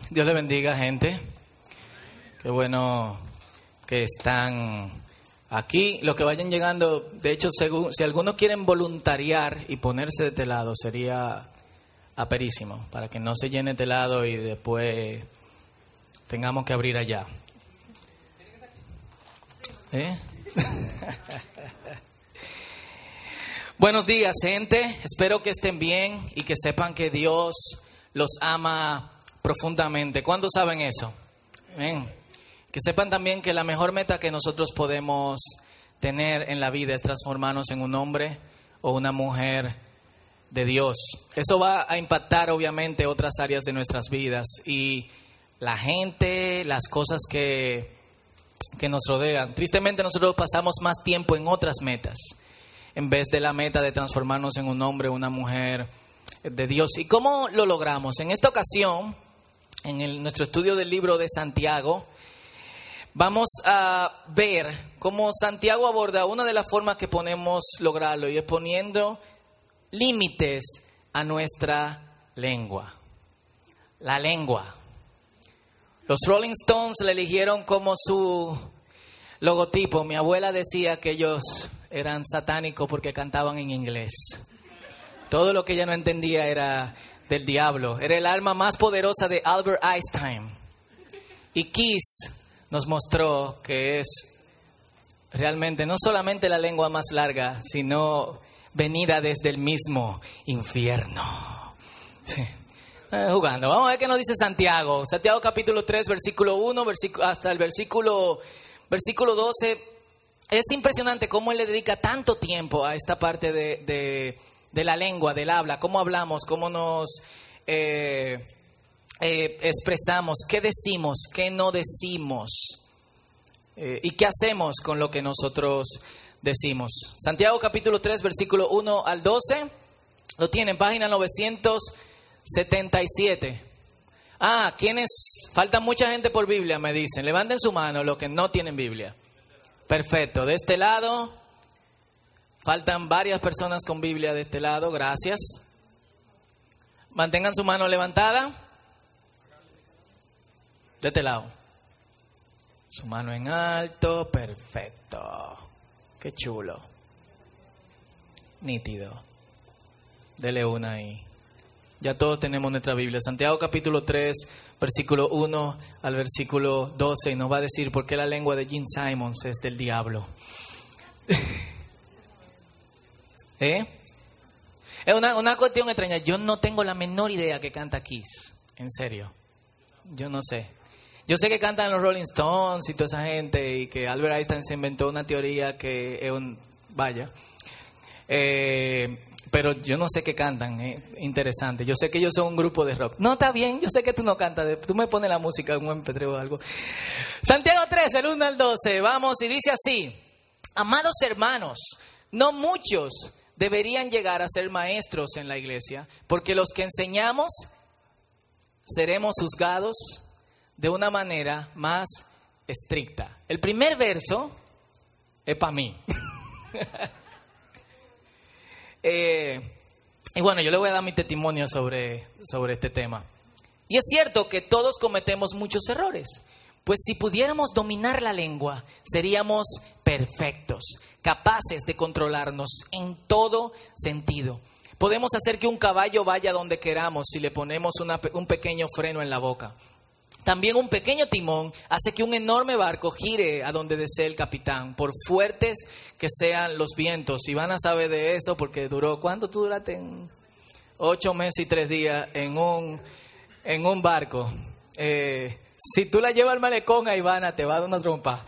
Dios le bendiga, gente. Qué bueno que están aquí. Los que vayan llegando, de hecho, si algunos quieren voluntariar y ponerse de este lado, sería aperísimo, para que no se llene este lado y después tengamos que abrir allá. Buenos días, gente. Espero que estén bien y que sepan que Dios los ama profundamente. ¿Cuántos saben eso? Amén. Que sepan también que la mejor meta que nosotros podemos tener en la vida es transformarnos en un hombre o una mujer de Dios. Eso va a impactar obviamente otras áreas de nuestras vidas y la gente, las cosas que nos rodean. Tristemente nosotros pasamos más tiempo en otras metas en vez de la meta de transformarnos en un hombre o una mujer de Dios. ¿Y cómo lo logramos? En esta ocasión, en nuestro estudio del libro de Santiago, vamos a ver cómo Santiago aborda una de las formas que podemos lograrlo, y es poniendo límites a nuestra lengua. La lengua. Los Rolling Stones la eligieron como su logotipo. Mi abuela decía que ellos eran satánicos porque cantaban en inglés. Todo lo que ella no entendía era del diablo. Era el alma más poderosa de Albert Einstein. Y Kiss nos mostró que es realmente no solamente la lengua más larga, sino venida desde el mismo infierno. Sí. Jugando. Vamos a ver qué nos dice Santiago. Santiago capítulo 3, versículo 1 hasta el versículo 12. Es impresionante cómo él le dedica tanto tiempo a esta parte de la lengua, del habla, cómo hablamos, cómo nos expresamos, qué decimos, qué no decimos y qué hacemos con lo que nosotros decimos. Santiago capítulo 3, versículo 1 al 12, lo tienen, página 977. Falta mucha gente por Biblia, me dicen. Levanten su mano los que no tienen Biblia. Perfecto, de este lado, faltan varias personas con Biblia de este lado, gracias. Mantengan su mano levantada. De este lado. Su mano en alto, perfecto. Qué chulo. Nítido. Dele una ahí. Ya todos tenemos nuestra Biblia. Santiago capítulo 3, versículo 1 al versículo 12. Y nos va a decir por qué la lengua de Gene Simmons es del diablo. Es una cuestión extraña. Yo no tengo la menor idea que canta Kiss. En serio. Yo no sé. Yo sé que cantan los Rolling Stones y toda esa gente. Y que Albert Einstein se inventó una teoría que es pero yo no sé qué cantan, interesante. Yo sé que ellos son un grupo de rock. No, está bien, yo sé que tú no cantas. Tú me pones la música en un MP3 o algo. Santiago 3, el 1 al 12. Vamos, y dice así. Amados hermanos, no muchos deberían llegar a ser maestros en la iglesia, porque los que enseñamos seremos juzgados de una manera más estricta. El primer verso es para mí. Y bueno, yo le voy a dar mi testimonio sobre este tema. Y es cierto que todos cometemos muchos errores, pues si pudiéramos dominar la lengua, seríamos perfectos, capaces de controlarnos en todo sentido. Podemos hacer que un caballo vaya donde queramos si le ponemos un pequeño freno en la boca. También un pequeño timón hace que un enorme barco gire a donde desee el capitán, por fuertes que sean los vientos. Y van a saber de eso porque duró, ¿cuánto tú duraste? 8 meses y 3 días en un barco. Si tú la llevas al malecón a Ivana, te va a dar una trompa.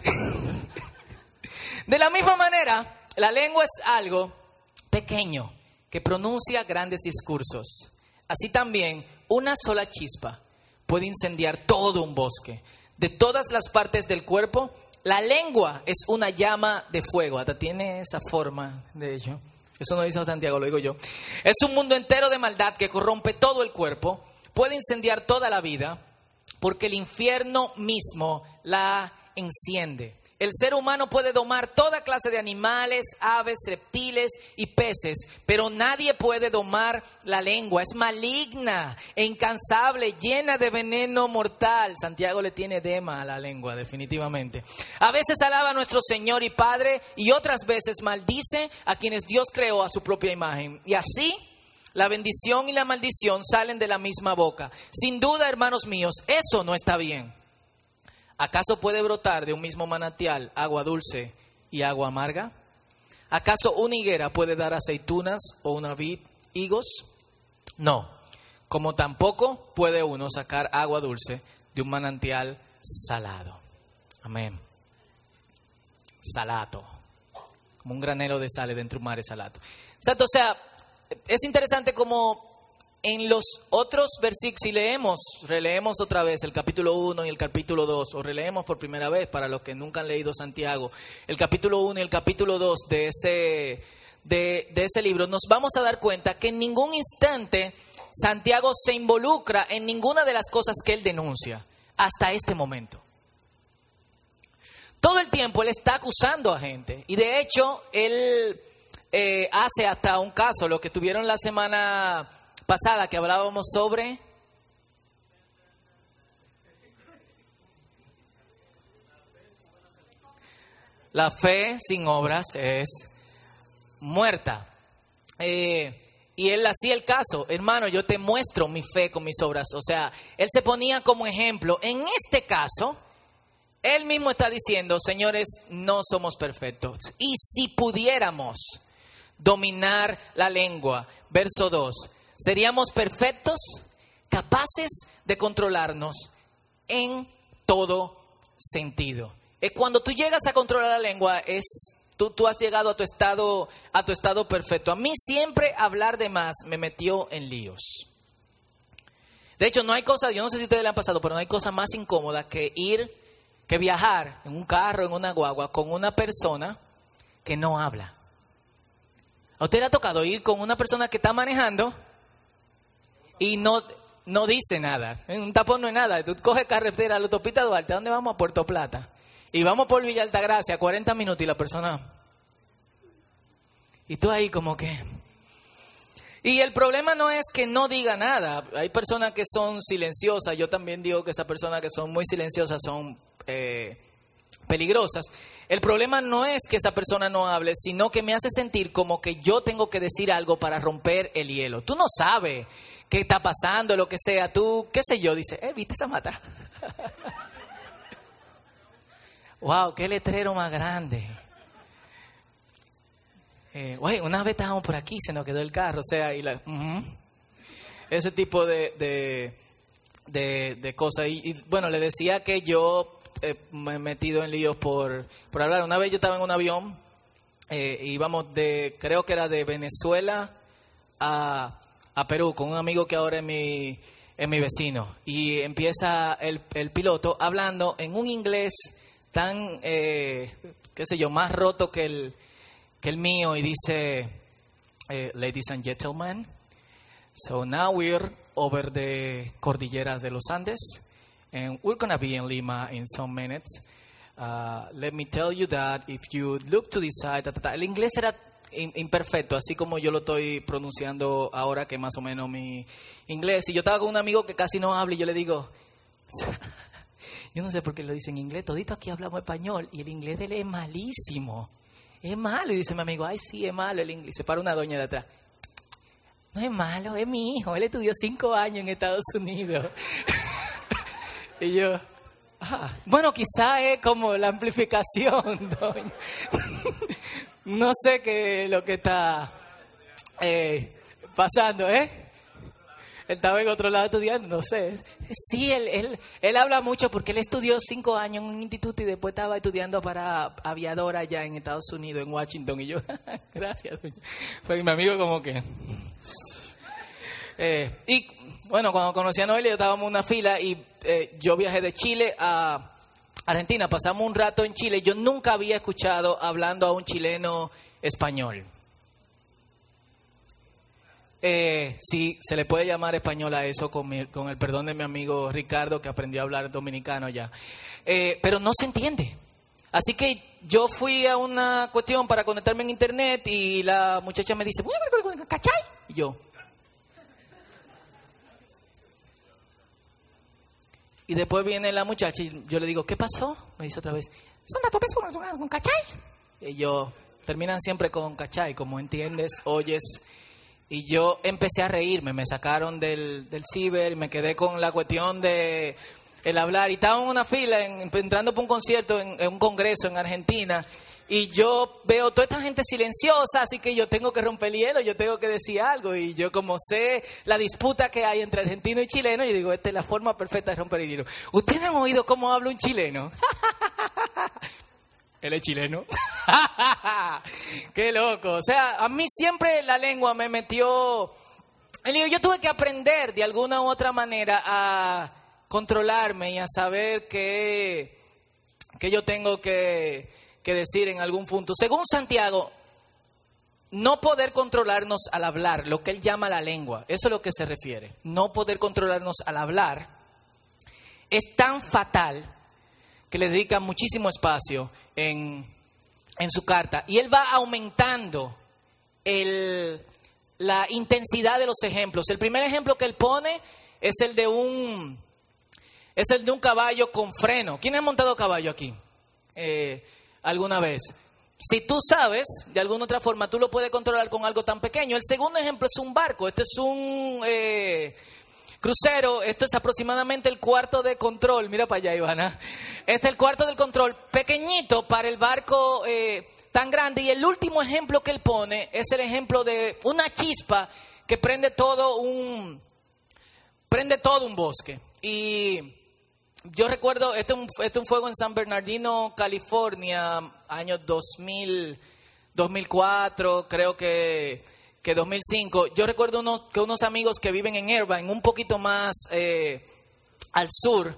De la misma manera, la lengua es algo pequeño que pronuncia grandes discursos. Así también, una sola chispa puede incendiar todo un bosque. De todas las partes del cuerpo, la lengua es una llama de fuego. Hasta tiene esa forma, de hecho. Eso no dice Santiago, lo digo yo. Es un mundo entero de maldad que corrompe todo el cuerpo. Puede incendiar toda la vida, porque el infierno mismo la enciende. El ser humano puede domar toda clase de animales, aves, reptiles y peces, pero nadie puede domar la lengua. Es maligna e incansable, llena de veneno mortal. Santiago le tiene edema a la lengua, definitivamente. A veces alaba a nuestro Señor y Padre y otras veces maldice a quienes Dios creó a su propia imagen. Y así, la bendición y la maldición salen de la misma boca. Sin duda, hermanos míos, eso no está bien. ¿Acaso puede brotar de un mismo manantial agua dulce y agua amarga? ¿Acaso una higuera puede dar aceitunas o una vid higos? No, como tampoco puede uno sacar agua dulce de un manantial salado. Amén. Salato, como un granelo de sal dentro de un mar salato. Exacto, o sea, es interesante como en los otros versículos, si releemos otra vez el capítulo 1 y el capítulo 2, o releemos por primera vez para los que nunca han leído Santiago, el capítulo 1 y el capítulo 2 de ese libro, nos vamos a dar cuenta que en ningún instante Santiago se involucra en ninguna de las cosas que él denuncia hasta este momento. Todo el tiempo él está acusando a gente, y de hecho él hace hasta un caso, lo que tuvieron la semana pasada, que hablábamos sobre la fe sin obras es muerta. Y él hacía el caso, hermano, yo te muestro mi fe con mis obras. O sea, él se ponía como ejemplo. En este caso, él mismo está diciendo, señores, no somos perfectos. Y si pudiéramos dominar la lengua, verso 2, seríamos perfectos, capaces de controlarnos en todo sentido. Cuando tú llegas a controlar la lengua, tú has llegado a tu estado perfecto. A mí siempre hablar de más me metió en líos. De hecho, no hay cosa, yo no sé si a ustedes le han pasado, pero no hay cosa más incómoda que viajar en un carro, en una guagua, con una persona que no habla. ¿A usted le ha tocado ir con una persona que está manejando y no dice nada? En un tapón no hay nada. Tú coges carretera a la autopista Duarte, ¿a dónde vamos? A Puerto Plata. Y vamos por Villa Altagracia, 40 minutos y la persona... Y tú ahí como que... Y el problema no es que no diga nada. Hay personas que son silenciosas. Yo también digo que esas personas que son muy silenciosas son peligrosas. El problema no es que esa persona no hable, sino que me hace sentir como que yo tengo que decir algo para romper el hielo. Tú no sabes qué está pasando, lo que sea. Tú, qué sé yo, dice, ¿viste esa mata? Wow, qué letrero más grande. Una vez estábamos por aquí, se nos quedó el carro, o sea, ese tipo de cosas. Y bueno, le decía que yo me he metido en líos por hablar. Una vez yo estaba en un avión, íbamos creo que era de Venezuela a Perú, con un amigo que ahora es mi vecino. Y empieza el piloto hablando en un inglés tan, qué sé yo, más roto que el mío, y dice, ladies and gentlemen, so now we're over the cordilleras de los Andes, and we're going to be in Lima in some minutes. Let me tell you that if you look to the side, El inglés era imperfecto, así como yo lo estoy pronunciando ahora, que más o menos mi inglés. Y yo estaba con un amigo que casi no habla, y yo le digo... Yo no sé por qué lo dice en inglés. Todito aquí hablamos español y el inglés de él es malísimo. Es malo. Y dice mi amigo, ay, sí, es malo el inglés. Se para una doña de atrás. No es malo, es mi hijo. Él estudió 5 años en Estados Unidos. Y yo, bueno, quizá es como la amplificación, doña. No sé qué es lo que está pasando, Él estaba en otro lado estudiando, no sé. Sí, él habla mucho porque él estudió 5 años en un instituto y después estaba estudiando para aviador allá en Estados Unidos, en Washington. Y yo, gracias, doña. Pues mi amigo como que... y bueno, cuando conocí a Noelia, estábamos en una fila y yo viajé de Chile a Argentina. Pasamos un rato en Chile. Yo nunca había escuchado hablando a un chileno español. Sí, se le puede llamar español a eso con el perdón de mi amigo Ricardo, que aprendió a hablar dominicano ya. Pero no se entiende. Así que yo fui a una cuestión para conectarme en internet y la muchacha me dice, ¿cachai? Y yo. Y después viene la muchacha y yo le digo, ¿qué pasó? Me dice otra vez, son datos con ¿cachai? Y yo, terminan siempre con ¿cachai? Como entiendes, oyes. Y yo empecé a reírme, me sacaron del ciber y me quedé con la cuestión de el hablar. Y estaba en una fila, entrando por un concierto, en un congreso en Argentina. Y yo veo toda esta gente silenciosa, así que yo tengo que romper el hielo, yo tengo que decir algo. Y yo como sé la disputa que hay entre argentino y chileno, y digo, esta es la forma perfecta de romper el hielo. ¿Ustedes han oído cómo habla un chileno? Él es chileno. Qué loco. O sea, a mí siempre la lengua me metió... Yo tuve que aprender de alguna u otra manera a controlarme y a saber que yo tengo que decir en algún punto. Según Santiago, no poder controlarnos al hablar, lo que él llama la lengua, eso es lo que se refiere. No poder controlarnos al hablar es tan fatal que le dedica muchísimo espacio en su carta. Y él va aumentando la intensidad de los ejemplos. El primer ejemplo que él pone es el de un caballo con freno. ¿Quién ha montado caballo aquí? Alguna vez. Si tú sabes, de alguna otra forma, tú lo puedes controlar con algo tan pequeño. El segundo ejemplo es un barco. Este es un crucero. Esto es aproximadamente el cuarto de control. Mira para allá, Ivana. Este es el cuarto del control, pequeñito para el barco tan grande. Y el último ejemplo que él pone es el ejemplo de una chispa que prende todo un bosque. Y yo recuerdo, este es un fuego en San Bernardino, California, año 2004, creo que 2005. Yo recuerdo que unos amigos que viven en Irvine, un poquito más al sur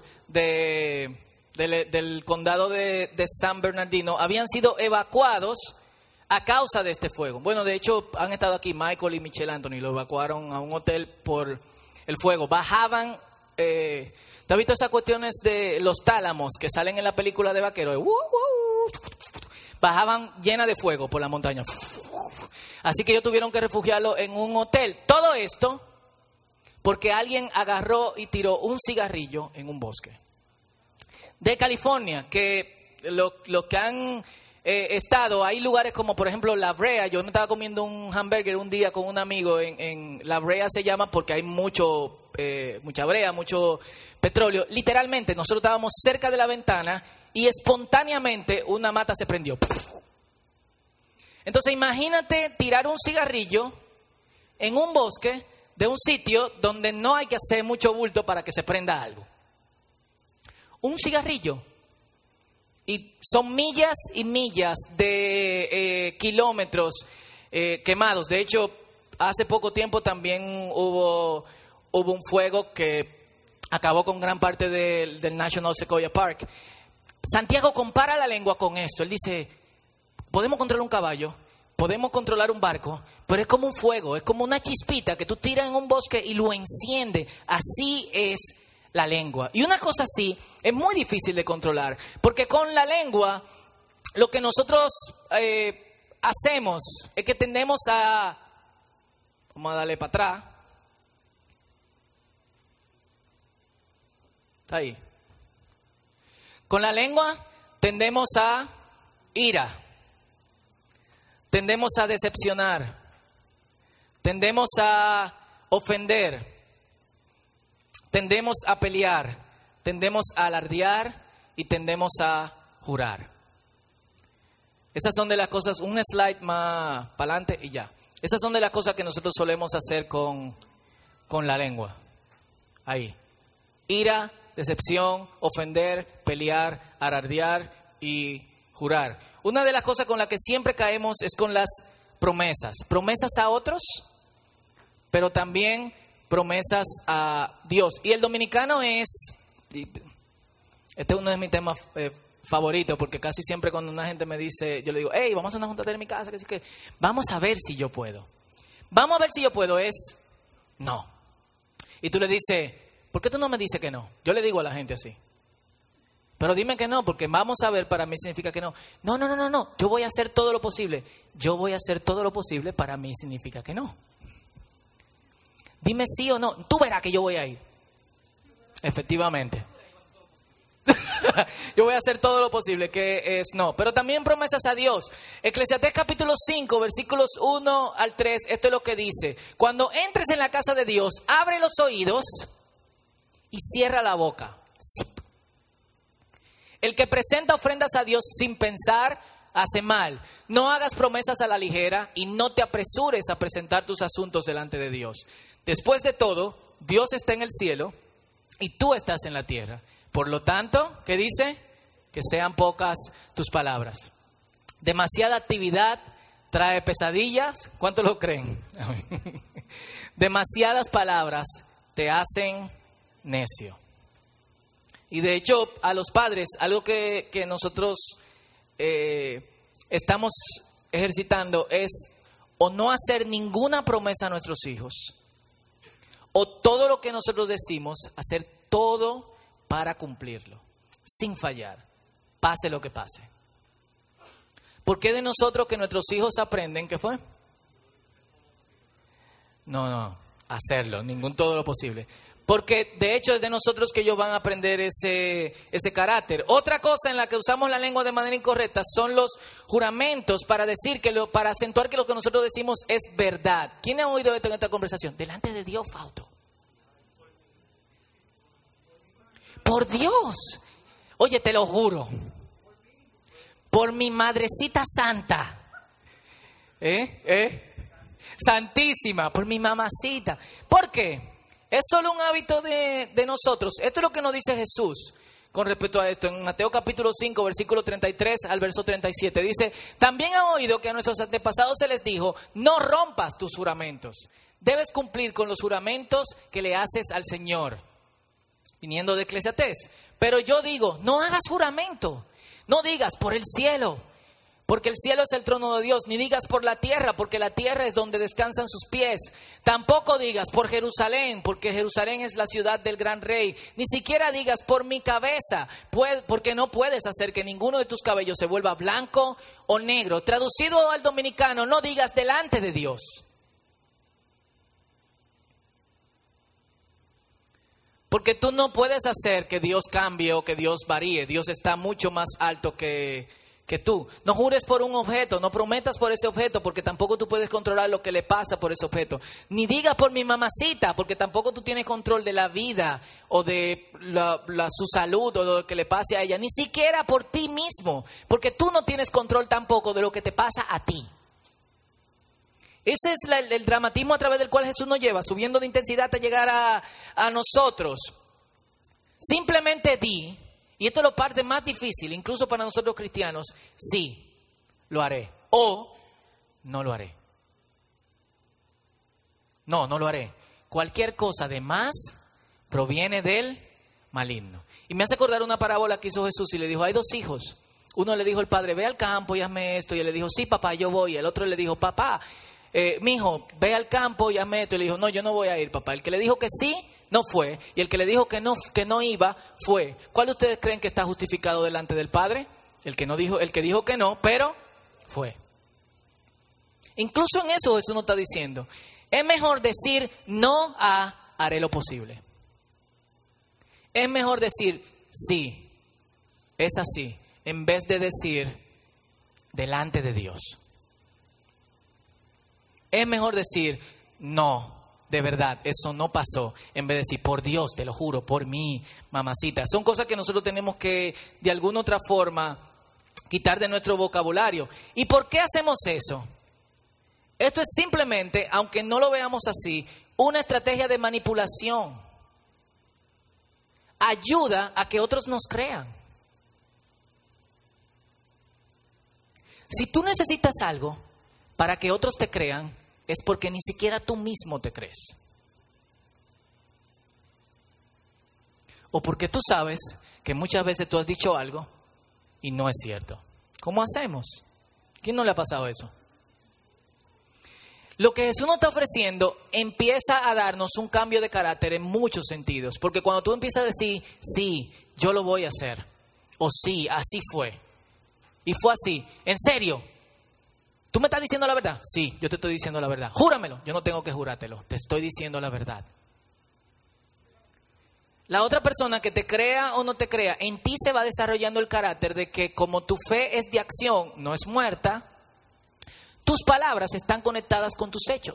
del condado de San Bernardino, habían sido evacuados a causa de este fuego. Bueno, de hecho, han estado aquí Michael y Michelle Anthony, lo evacuaron a un hotel por el fuego. Bajaban... ¿te has visto esas cuestiones de los tálamos que salen en la película de vaquero? Bajaban llena de fuego por la montaña. Así que ellos tuvieron que refugiarlo en un hotel. Todo esto porque alguien agarró y tiró un cigarrillo en un bosque. De California, que lo que han estado, hay lugares como por ejemplo La Brea. Yo me estaba comiendo un hamburger un día con un amigo en La Brea, se llama porque hay mucha brea, mucho petróleo. Literalmente, nosotros estábamos cerca de la ventana y espontáneamente una mata se prendió. Entonces, imagínate tirar un cigarrillo en un bosque de un sitio donde no hay que hacer mucho bulto para que se prenda algo. Un cigarrillo. Y son millas y millas de kilómetros quemados. De hecho, hace poco tiempo también hubo un fuego que acabó con gran parte del National Sequoia Park. Santiago compara la lengua con esto. Él dice, podemos controlar un caballo, podemos controlar un barco, pero es como un fuego, es como una chispita que tú tiras en un bosque y lo enciende. Así es la lengua. Y una cosa así es muy difícil de controlar, porque con la lengua lo que nosotros hacemos es que tendemos a... Vamos a darle para atrás. Está ahí. Con la lengua tendemos a ira, tendemos a decepcionar, tendemos a ofender, tendemos a pelear, tendemos a alardear y tendemos a jurar. Esas son de las cosas, un slide más para adelante y ya. Esas son de las cosas que nosotros solemos hacer con la lengua. Ahí. Ira, decepción, ofender, pelear, alardear y jurar. Una de las cosas con las que siempre caemos es con las promesas. Promesas a otros, pero también promesas a Dios. Y el dominicano es... Este es uno de mis temas favoritos, porque casi siempre cuando una gente me dice, yo le digo, hey, vamos a una junta en mi casa, que vamos a ver si yo puedo. Vamos a ver si yo puedo es no. Y tú le dices, ¿por qué tú no me dices que no? Yo le digo a la gente así. Pero dime que no, porque vamos a ver, para mí significa que no. No. Yo voy a hacer todo lo posible. Yo voy a hacer todo lo posible, para mí significa que no. Dime sí o no. Tú verás que yo voy a ir. Efectivamente. Yo voy a hacer todo lo posible, que es no. Pero también promesas a Dios. Eclesiastés capítulo 5, versículos 1 al 3. Esto es lo que dice. Cuando entres en la casa de Dios, abre los oídos y cierra la boca. Sí. El que presenta ofrendas a Dios sin pensar, hace mal. No hagas promesas a la ligera y no te apresures a presentar tus asuntos delante de Dios. Después de todo, Dios está en el cielo y tú estás en la tierra. Por lo tanto, ¿qué dice? Que sean pocas tus palabras. Demasiada actividad trae pesadillas. ¿Cuántos lo creen? Demasiadas palabras te hacen necio. Y de hecho, a los padres, algo que nosotros estamos ejercitando es o no hacer ninguna promesa a nuestros hijos, o todo lo que nosotros decimos, hacer todo para cumplirlo, sin fallar, pase lo que pase. ¿Por qué de nosotros que nuestros hijos aprenden? ¿Qué fue? No, hacerlo, ningún todo lo posible. Porque de hecho es de nosotros que ellos van a aprender ese carácter. Otra cosa en la que usamos la lengua de manera incorrecta son los juramentos para decir para acentuar que lo que nosotros decimos es verdad. ¿Quién ha oído esto en esta conversación? Delante de Dios, Fausto. Por Dios. Oye, te lo juro. Por mi madrecita santa. Santísima, por mi mamacita. ¿Por qué? Es solo un hábito de nosotros. Esto es lo que nos dice Jesús con respecto a esto. En Mateo capítulo 5, versículo 33 al verso 37. Dice, también han oído que a nuestros antepasados se les dijo, no rompas tus juramentos. Debes cumplir con los juramentos que le haces al Señor. Viniendo de Eclesiastés. Pero yo digo, no hagas juramento. No digas por el cielo, porque el cielo es el trono de Dios. Ni digas por la tierra, porque la tierra es donde descansan sus pies. Tampoco digas por Jerusalén, porque Jerusalén es la ciudad del gran rey. Ni siquiera digas por mi cabeza, porque no puedes hacer que ninguno de tus cabellos se vuelva blanco o negro. Traducido al dominicano, no digas delante de Dios. Porque tú no puedes hacer que Dios cambie o que Dios varíe. Dios está mucho más alto que tú. No jures por un objeto, no prometas por ese objeto, porque tampoco tú puedes controlar lo que le pasa por ese objeto. Ni digas por mi mamacita, porque tampoco tú tienes control de la vida o de su salud o lo que le pase a ella. Ni siquiera por ti mismo, porque tú no tienes control tampoco de lo que te pasa a ti. Ese es el dramatismo a través del cual Jesús nos lleva, subiendo de intensidad hasta llegar a nosotros. Simplemente di, y esto es la parte más difícil, incluso para nosotros cristianos, sí, lo haré, o no lo haré. No lo haré. Cualquier cosa de más proviene del maligno. Y me hace acordar una parábola que hizo Jesús y le dijo, hay dos hijos. Uno le dijo al padre, ve al campo y hazme esto. Y él le dijo, sí, papá, yo voy. Y el otro le dijo, papá, mijo, ve al campo y hazme esto. Y le dijo, no, yo no voy a ir, papá. El que le dijo que sí, no fue. Y el que le dijo que no iba, fue. ¿Cuál de ustedes creen que está justificado delante del Padre? El que dijo que no, pero fue. Incluso en eso Jesús nos está diciendo, es mejor decir no a haré lo posible. Es mejor decir sí, es así, en vez de decir delante de Dios. Es mejor decir no, de verdad, eso no pasó, en vez de decir por Dios, te lo juro, por mí, mamacita. Son cosas que nosotros tenemos que de alguna otra forma quitar de nuestro vocabulario. ¿Y por qué hacemos eso? Esto es simplemente, aunque no lo veamos así, una estrategia de manipulación. Ayuda a que otros nos crean. Si tú necesitas algo para que otros te crean, es porque ni siquiera tú mismo te crees. O porque tú sabes que muchas veces tú has dicho algo y no es cierto. ¿Cómo hacemos? ¿Quién no le ha pasado eso? Lo que Jesús nos está ofreciendo empieza a darnos un cambio de carácter en muchos sentidos. Porque cuando tú empiezas a decir, sí, yo lo voy a hacer, O sí, así fue. Y fue así. ¿En serio? ¿Tú me estás diciendo la verdad? Sí, yo te estoy diciendo la verdad. Júramelo. Yo no tengo que jurártelo. Te estoy diciendo la verdad. La otra persona, que te crea o no te crea, en ti se va desarrollando el carácter de que como tu fe es de acción, no es muerta, tus palabras están conectadas con tus hechos.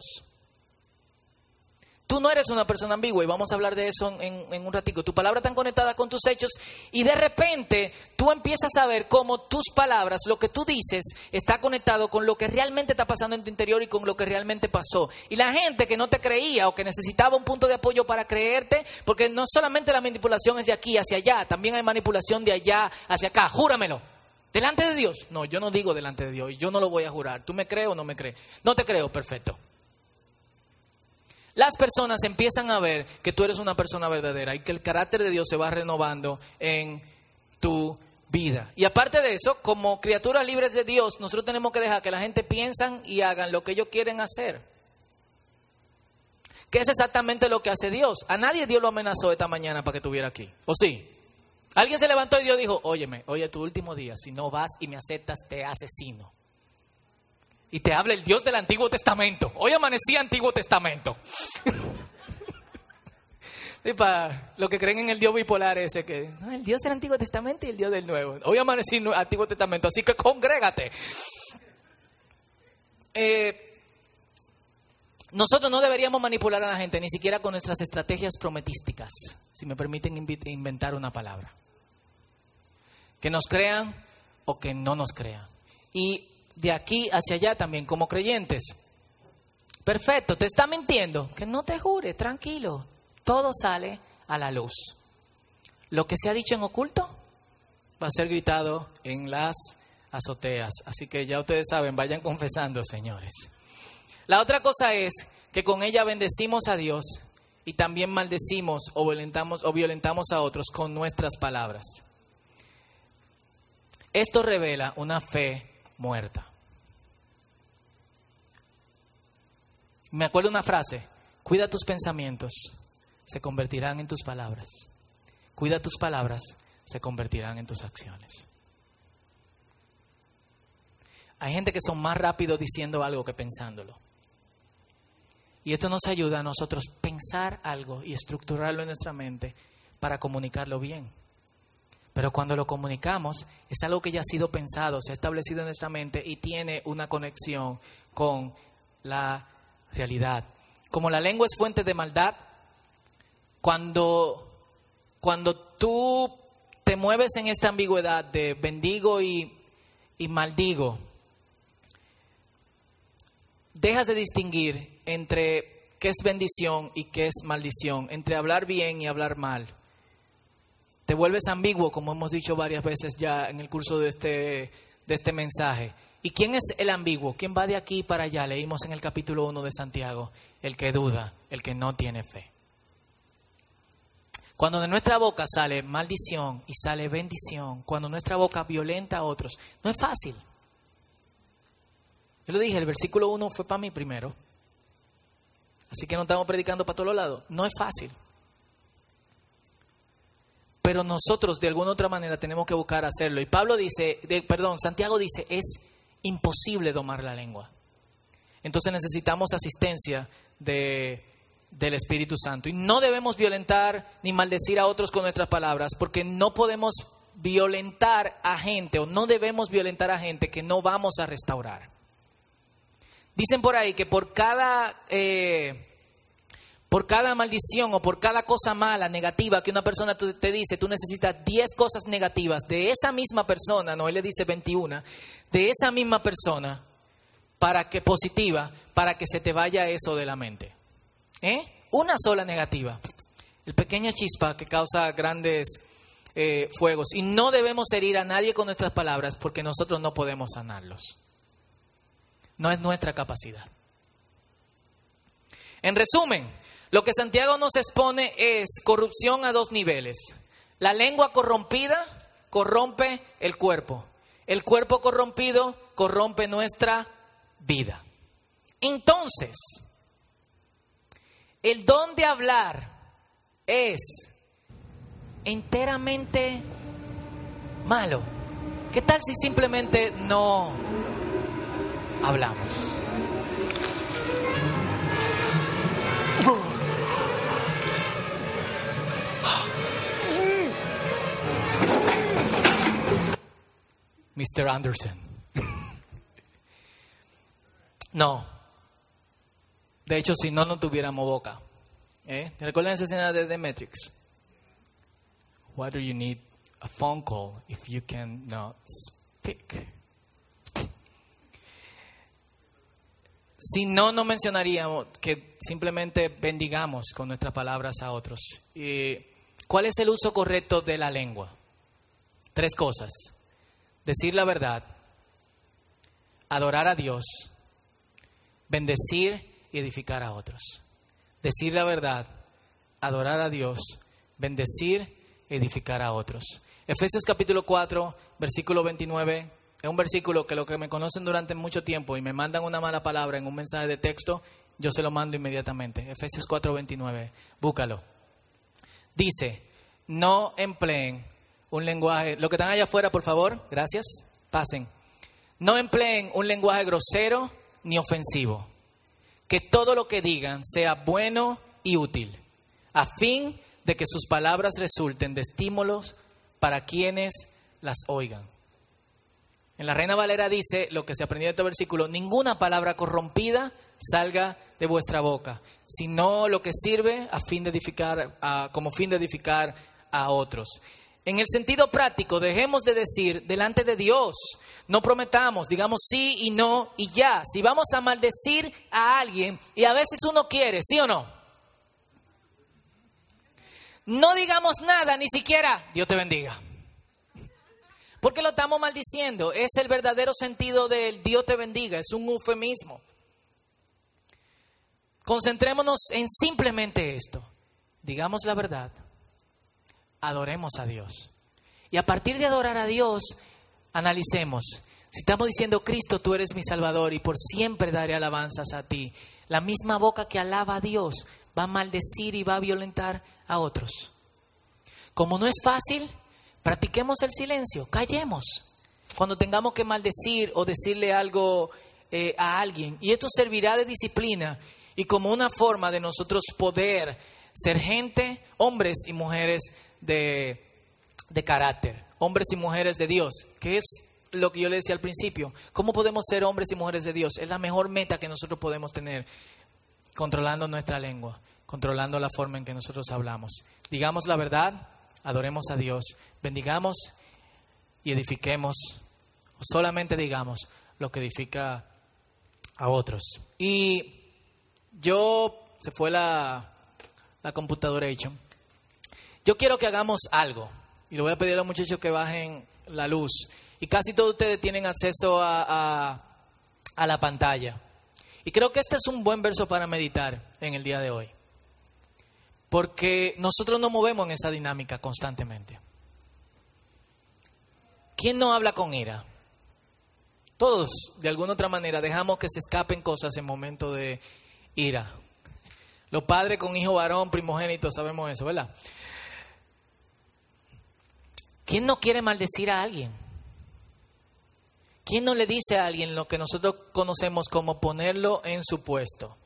Tú no eres una persona ambigua y vamos a hablar de eso en un ratico. Tu palabra está conectada con tus hechos y de repente tú empiezas a ver cómo tus palabras, lo que tú dices, está conectado con lo que realmente está pasando en tu interior y con lo que realmente pasó. Y la gente que no te creía o que necesitaba un punto de apoyo para creerte, porque no solamente la manipulación es de aquí hacia allá, también hay manipulación de allá hacia acá. Júramelo. ¿Delante de Dios? No, yo no digo delante de Dios y yo no lo voy a jurar. ¿Tú me crees o no me crees? No te creo, perfecto. Las personas empiezan a ver que tú eres una persona verdadera y que el carácter de Dios se va renovando en tu vida. Y aparte de eso, como criaturas libres de Dios, nosotros tenemos que dejar que la gente piensen y hagan lo que ellos quieren hacer. Que es exactamente lo que hace Dios. A nadie Dios lo amenazó esta mañana para que estuviera aquí. ¿O sí? Alguien se levantó y Dios dijo, óyeme, hoy es tu último día. Si no vas y me aceptas, te asesino. Y te habla el Dios del Antiguo Testamento. Hoy amanecí Antiguo Testamento. Y para los que creen en el Dios bipolar ese, que no, el Dios del Antiguo Testamento y el Dios del Nuevo. Hoy amanecí Antiguo Testamento, así que congrégate. Nosotros no deberíamos manipular a la gente, ni siquiera con nuestras estrategias prometísticas, si me permiten inventar una palabra. Que nos crean o que no nos crean. Y de aquí hacia allá también como creyentes. Perfecto, te está mintiendo. Que no te jure, tranquilo. Todo sale a la luz. Lo que se ha dicho en oculto va a ser gritado en las azoteas. Así que ya ustedes saben, vayan confesando, señores. La otra cosa es que con ella bendecimos a Dios y también maldecimos o violentamos a otros con nuestras palabras. Esto revela una fe muerta. Me acuerdo una frase: cuida tus pensamientos, se convertirán en tus palabras. Cuida tus palabras, se convertirán en tus acciones. Hay gente que son más rápidos diciendo algo que pensándolo. Y esto nos ayuda a nosotros pensar algo y estructurarlo en nuestra mente para comunicarlo bien. Pero cuando lo comunicamos, es algo que ya ha sido pensado, se ha establecido en nuestra mente y tiene una conexión con la realidad. Como la lengua es fuente de maldad, cuando tú te mueves en esta ambigüedad de bendigo y maldigo, dejas de distinguir entre qué es bendición y qué es maldición, entre hablar bien y hablar mal. Te vuelves ambiguo, como hemos dicho varias veces ya en el curso de este mensaje. ¿Y quién es el ambiguo? ¿Quién va de aquí para allá? Leímos en el capítulo 1 de Santiago: el que duda, el que no tiene fe. Cuando de nuestra boca sale maldición y sale bendición, cuando nuestra boca violenta a otros, no es fácil. Yo lo dije, el versículo 1 fue para mí primero. Así que no estamos predicando para todos lados. No es fácil. Pero nosotros de alguna otra manera tenemos que buscar hacerlo. Y Santiago dice, es imposible domar la lengua. Entonces necesitamos asistencia del Espíritu Santo. Y no debemos violentar ni maldecir a otros con nuestras palabras, porque no podemos violentar a gente, o no debemos violentar a gente que no vamos a restaurar. Dicen por ahí que por cada maldición o por cada cosa mala, negativa que una persona te dice, tú necesitas 10 cosas negativas de esa misma persona, no, él le dice 21, de esa misma persona, positiva, para que se te vaya eso de la mente. Una sola negativa. El pequeña chispa que causa grandes fuegos. Y no debemos herir a nadie con nuestras palabras, porque nosotros no podemos sanarlos. No es nuestra capacidad. En resumen, lo que Santiago nos expone es corrupción a 2 niveles. La lengua corrompida corrompe el cuerpo. El cuerpo corrompido corrompe nuestra vida. Entonces, el don de hablar es enteramente malo. ¿Qué tal si simplemente no hablamos? Mr. Anderson. No. De hecho, si no tuviéramos boca. ¿Recuerdan esa escena de The Matrix? Why do you need a phone call if you cannot speak? Si no mencionaríamos que simplemente bendigamos con nuestras palabras a otros. ¿Cuál es el uso correcto de la lengua? 3 cosas. Decir la verdad, adorar a Dios, bendecir y edificar a otros. Decir la verdad, adorar a Dios, bendecir y edificar a otros. Efesios capítulo 4, versículo 29, es un versículo que los que me conocen durante mucho tiempo y me mandan una mala palabra en un mensaje de texto, yo se lo mando inmediatamente. Efesios 4, 29, búscalo. Dice, no empleen un lenguaje, lo que están allá afuera, por favor, gracias, pasen. No empleen un lenguaje grosero ni ofensivo. Que todo lo que digan sea bueno y útil, a fin de que sus palabras resulten de estímulos para quienes las oigan. En la Reina Valera dice, lo que se aprendió de este versículo, ninguna palabra corrompida salga de vuestra boca, sino lo que sirve a fin de edificar, como fin de edificar a otros. En el sentido práctico, dejemos de decir delante de Dios, no prometamos, digamos sí y no y ya. Si vamos a maldecir a alguien, y a veces uno quiere, ¿sí o no? No digamos nada, ni siquiera Dios te bendiga. Porque lo estamos maldiciendo. Es el verdadero sentido del Dios te bendiga, es un eufemismo. Concentrémonos en simplemente esto. Digamos la verdad. Adoremos a Dios. Y a partir de adorar a Dios, analicemos. Si estamos diciendo, Cristo, tú eres mi Salvador y por siempre daré alabanzas a ti. La misma boca que alaba a Dios va a maldecir y va a violentar a otros. Como no es fácil, practiquemos el silencio, callemos. Cuando tengamos que maldecir o decirle algo a alguien. Y esto servirá de disciplina y como una forma de nosotros poder ser gente, hombres y mujeres de carácter, hombres y mujeres de Dios, que es lo que yo le decía al principio. ¿Cómo podemos ser hombres y mujeres de Dios? Es la mejor meta que nosotros podemos tener, controlando nuestra lengua, controlando la forma en que nosotros hablamos. Digamos la verdad, adoremos a Dios, bendigamos y edifiquemos, o solamente digamos lo que edifica a otros. Y se fue la computadora hecho. Yo quiero que hagamos algo, y le voy a pedir a los muchachos que bajen la luz. Y casi todos ustedes tienen acceso a la pantalla. Y creo que este es un buen verso para meditar en el día de hoy. Porque nosotros nos movemos en esa dinámica constantemente. ¿Quién no habla con ira? Todos, de alguna otra manera, dejamos que se escapen cosas en momentos de ira. Los padres con hijo varón, primogénito, sabemos eso, ¿verdad? ¿Quién no quiere maldecir a alguien? ¿Quién no le dice a alguien lo que nosotros conocemos como ponerlo en su puesto?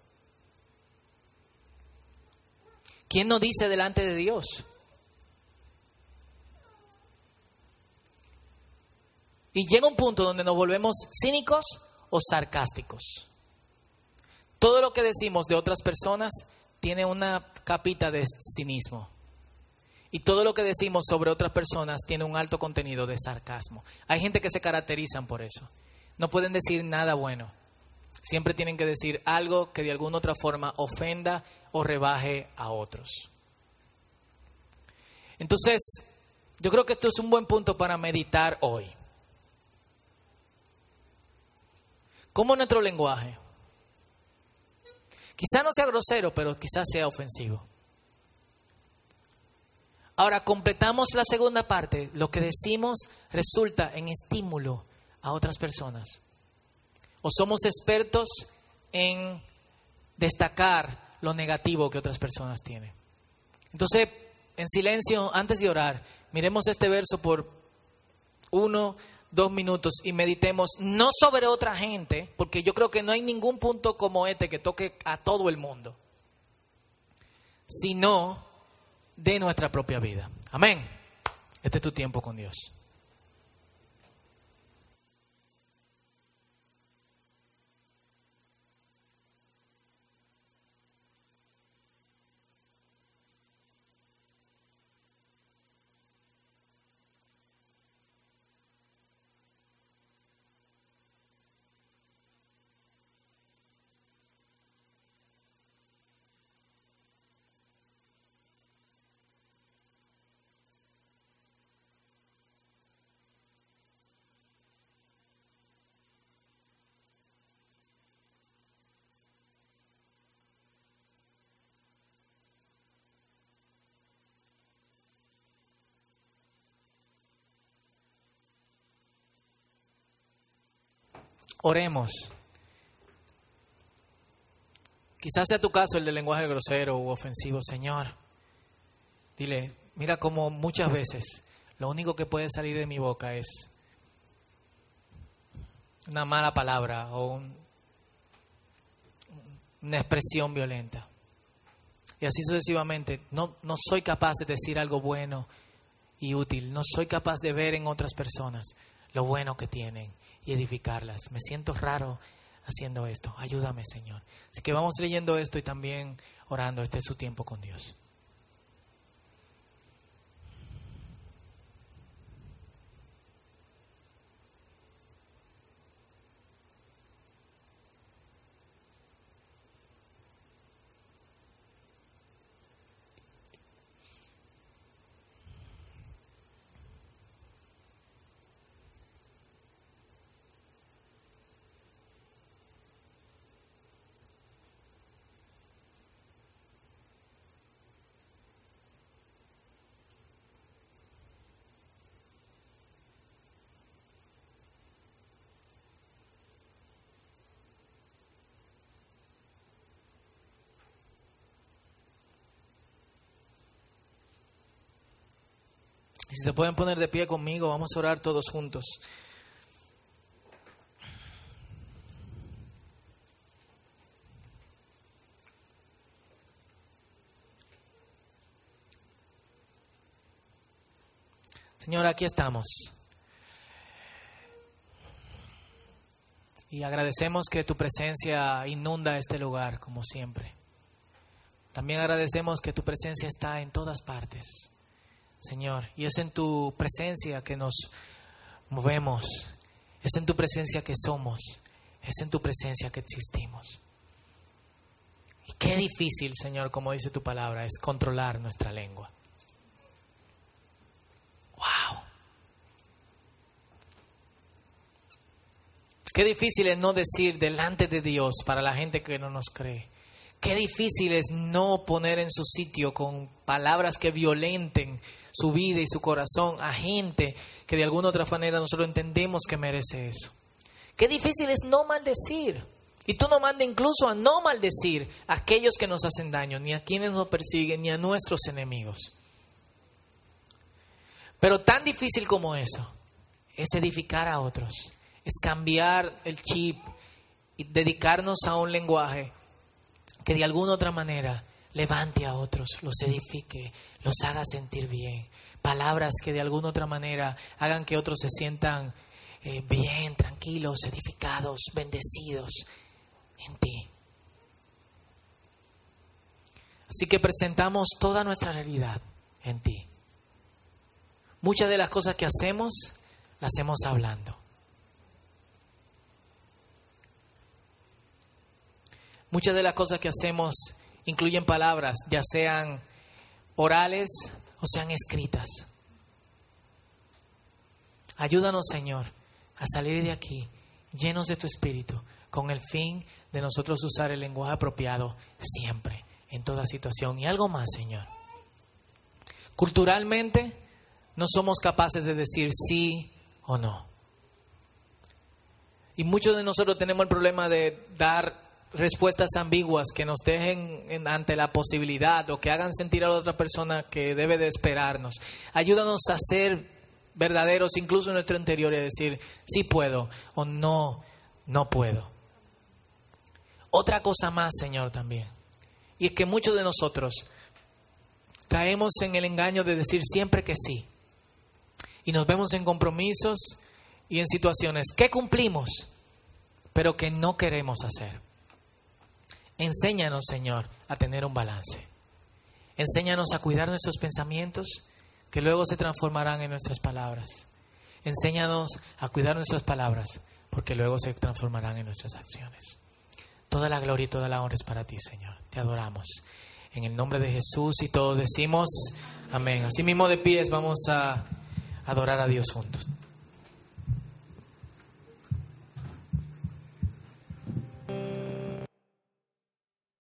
¿Quién no dice delante de Dios? Y llega un punto donde nos volvemos cínicos o sarcásticos. Todo lo que decimos de otras personas tiene una capita de cinismo. Y todo lo que decimos sobre otras personas tiene un alto contenido de sarcasmo. Hay gente que se caracterizan por eso. No pueden decir nada bueno. Siempre tienen que decir algo que de alguna otra forma ofenda o rebaje a otros. Entonces, yo creo que esto es un buen punto para meditar hoy. ¿Cómo nuestro lenguaje? Quizá no sea grosero, pero quizás sea ofensivo. Ahora, completamos la segunda parte. Lo que decimos resulta en estímulo a otras personas. O somos expertos en destacar lo negativo que otras personas tienen. Entonces, en silencio, antes de orar, miremos este verso por 1, 2 minutos y meditemos no sobre otra gente, porque yo creo que no hay ningún punto como este que toque a todo el mundo, sino de nuestra propia vida. Amén. Este es tu tiempo con Dios. Oremos. Quizás sea tu caso el del lenguaje grosero u ofensivo. Señor, dile, mira cómo muchas veces lo único que puede salir de mi boca es una mala palabra o una expresión violenta. Y así sucesivamente. No soy capaz de decir algo bueno y útil. No soy capaz de ver en otras personas lo bueno que tienen y edificarlas. Me siento raro haciendo esto. Ayúdame, Señor. Así que vamos leyendo esto y también orando. Este es su tiempo con Dios. Y si se pueden poner de pie conmigo, vamos a orar todos juntos. Señor, aquí estamos. Y agradecemos que tu presencia inunda este lugar, como siempre. También agradecemos que tu presencia está en todas partes, Señor. Y es en tu presencia que nos movemos. Es en tu presencia que somos. Es en tu presencia que existimos. Y qué difícil, Señor, como dice tu palabra, es controlar nuestra lengua. ¡Wow! Qué difícil es no decir delante de Dios para la gente que no nos cree. Qué difícil es no poner en su sitio con palabras que violenten su vida y su corazón a gente que de alguna otra manera nosotros entendemos que merece eso. Qué difícil es no maldecir. Y tú nos mandas incluso a no maldecir a aquellos que nos hacen daño, ni a quienes nos persiguen, ni a nuestros enemigos. Pero tan difícil como eso es edificar a otros, es cambiar el chip y dedicarnos a un lenguaje que de alguna otra manera levante a otros, los edifique, los haga sentir bien. Palabras que de alguna otra manera hagan que otros se sientan bien, tranquilos, edificados, bendecidos en ti. Así que presentamos toda nuestra realidad en ti. Muchas de las cosas que hacemos, las hacemos hablando. Muchas de las cosas que hacemos incluyen palabras, ya sean orales o sean escritas. Ayúdanos, Señor, a salir de aquí llenos de tu Espíritu, con el fin de nosotros usar el lenguaje apropiado siempre, en toda situación. Y algo más, Señor. Culturalmente, no somos capaces de decir sí o no. Y muchos de nosotros tenemos el problema de dar respuestas ambiguas que nos dejen ante la posibilidad o que hagan sentir a la otra persona que debe de esperarnos. Ayúdanos a ser verdaderos, incluso en nuestro interior, y decir, sí puedo o no, no puedo. Otra cosa más, Señor, también. Y es que muchos de nosotros caemos en el engaño de decir siempre que sí. Y nos vemos en compromisos y en situaciones que cumplimos, pero que no queremos hacer. Enséñanos, Señor, a tener un balance. Enséñanos a cuidar nuestros pensamientos, que luego se transformarán en nuestras palabras. Enséñanos a cuidar nuestras palabras, porque luego se transformarán en nuestras acciones. Toda la gloria y toda la honra es para ti, Señor. Te adoramos. En el nombre de Jesús, y todos decimos amén. Así mismo de pies vamos a adorar a Dios juntos.